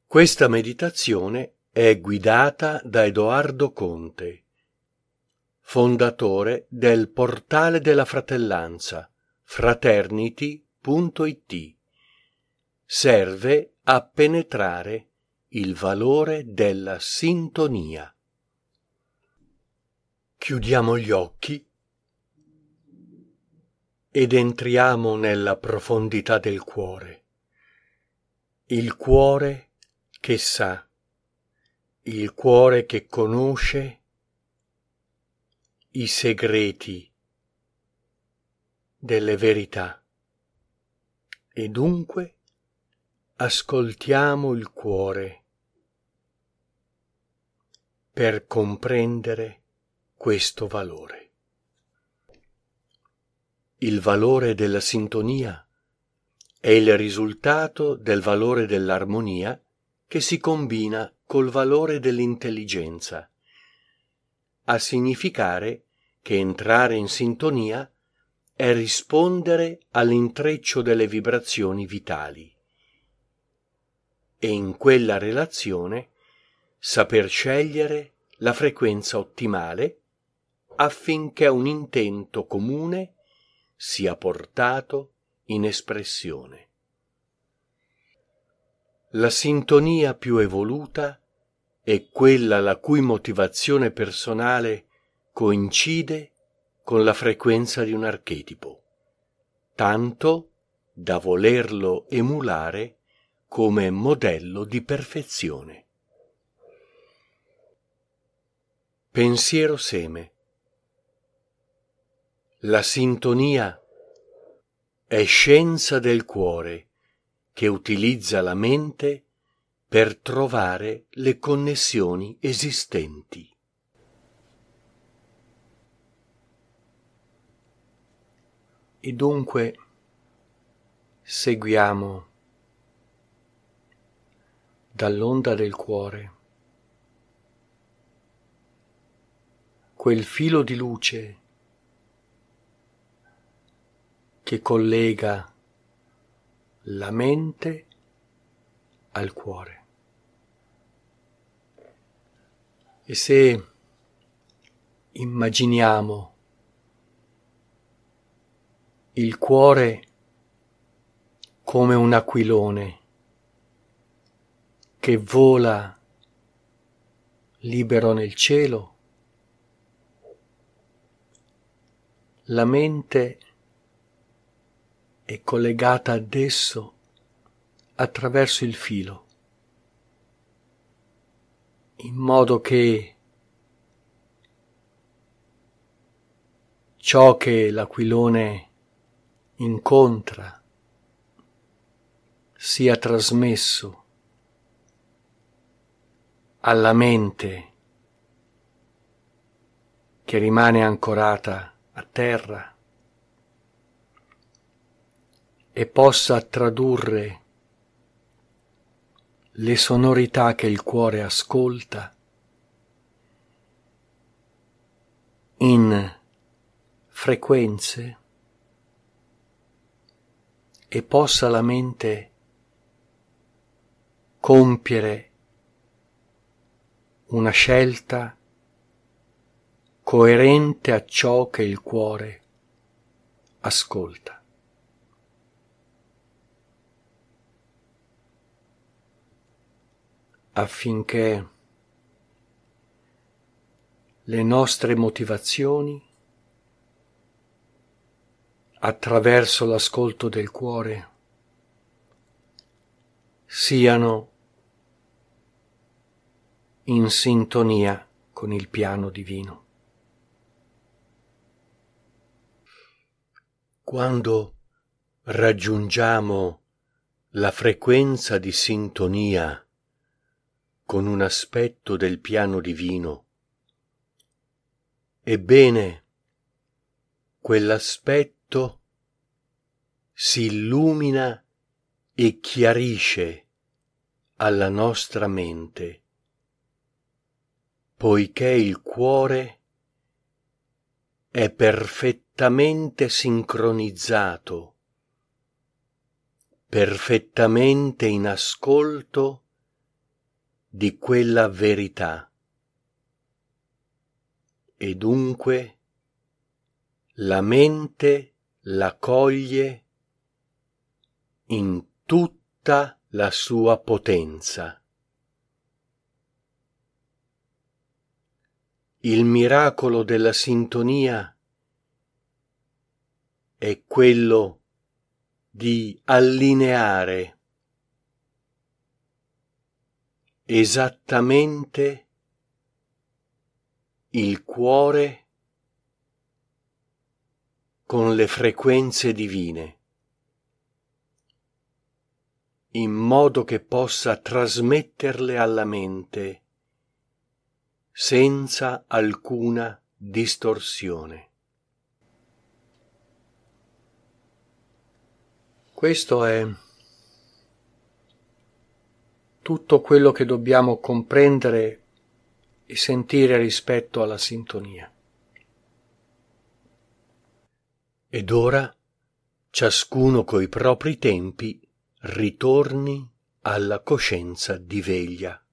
Questa meditazione è guidata da Edoardo Conte, fondatore del Portale della Fratellanza, fraternity.it. Serve a penetrare il valore della sintonia. Chiudiamo gli occhi ed entriamo nella profondità del cuore. Il cuore che sa, il cuore che conosce i segreti delle verità. E dunque ascoltiamo il cuore per comprendere questo valore. Il valore della sintonia è il risultato del valore dell'armonia che si combina col valore dell'intelligenza, a significare che entrare in sintonia è rispondere all'intreccio delle vibrazioni vitali e in quella relazione saper scegliere la frequenza ottimale affinché un intento comune sia portato in espressione. La sintonia più evoluta è quella la cui motivazione personale coincide con la frequenza di un archetipo, tanto da volerlo emulare come modello di perfezione. Pensiero seme. La sintonia è scienza del cuore che utilizza la mente per trovare le connessioni esistenti. E dunque seguiamo dall'onda del cuore quel filo di luce che collega la mente al cuore. E se immaginiamo il cuore come un aquilone che vola libero nel cielo, la mente è collegata ad esso attraverso il filo, in modo che ciò che l'aquilone incontra sia trasmesso alla mente che rimane ancorata a terra e possa tradurre le sonorità che il cuore ascolta in frequenze e possa la mente compiere una scelta coerente a ciò che il cuore ascolta. Affinché le nostre motivazioni, attraverso l'ascolto del cuore, siano in sintonia con il piano divino. Quando raggiungiamo la frequenza di sintonia con un aspetto del piano divino, ebbene, quell'aspetto si illumina e chiarisce alla nostra mente, poiché il cuore è perfettamente di quella verità. E dunque la mente la coglie in tutta la sua potenza. Il miracolo della sintonia è quello di allineare esattamente il cuore con le frequenze divine, in modo che possa trasmetterle alla mente senza alcuna distorsione. Questo è tutto quello che dobbiamo comprendere e sentire rispetto alla sintonia. Ed ora, ciascuno coi propri tempi, ritorni alla coscienza di veglia.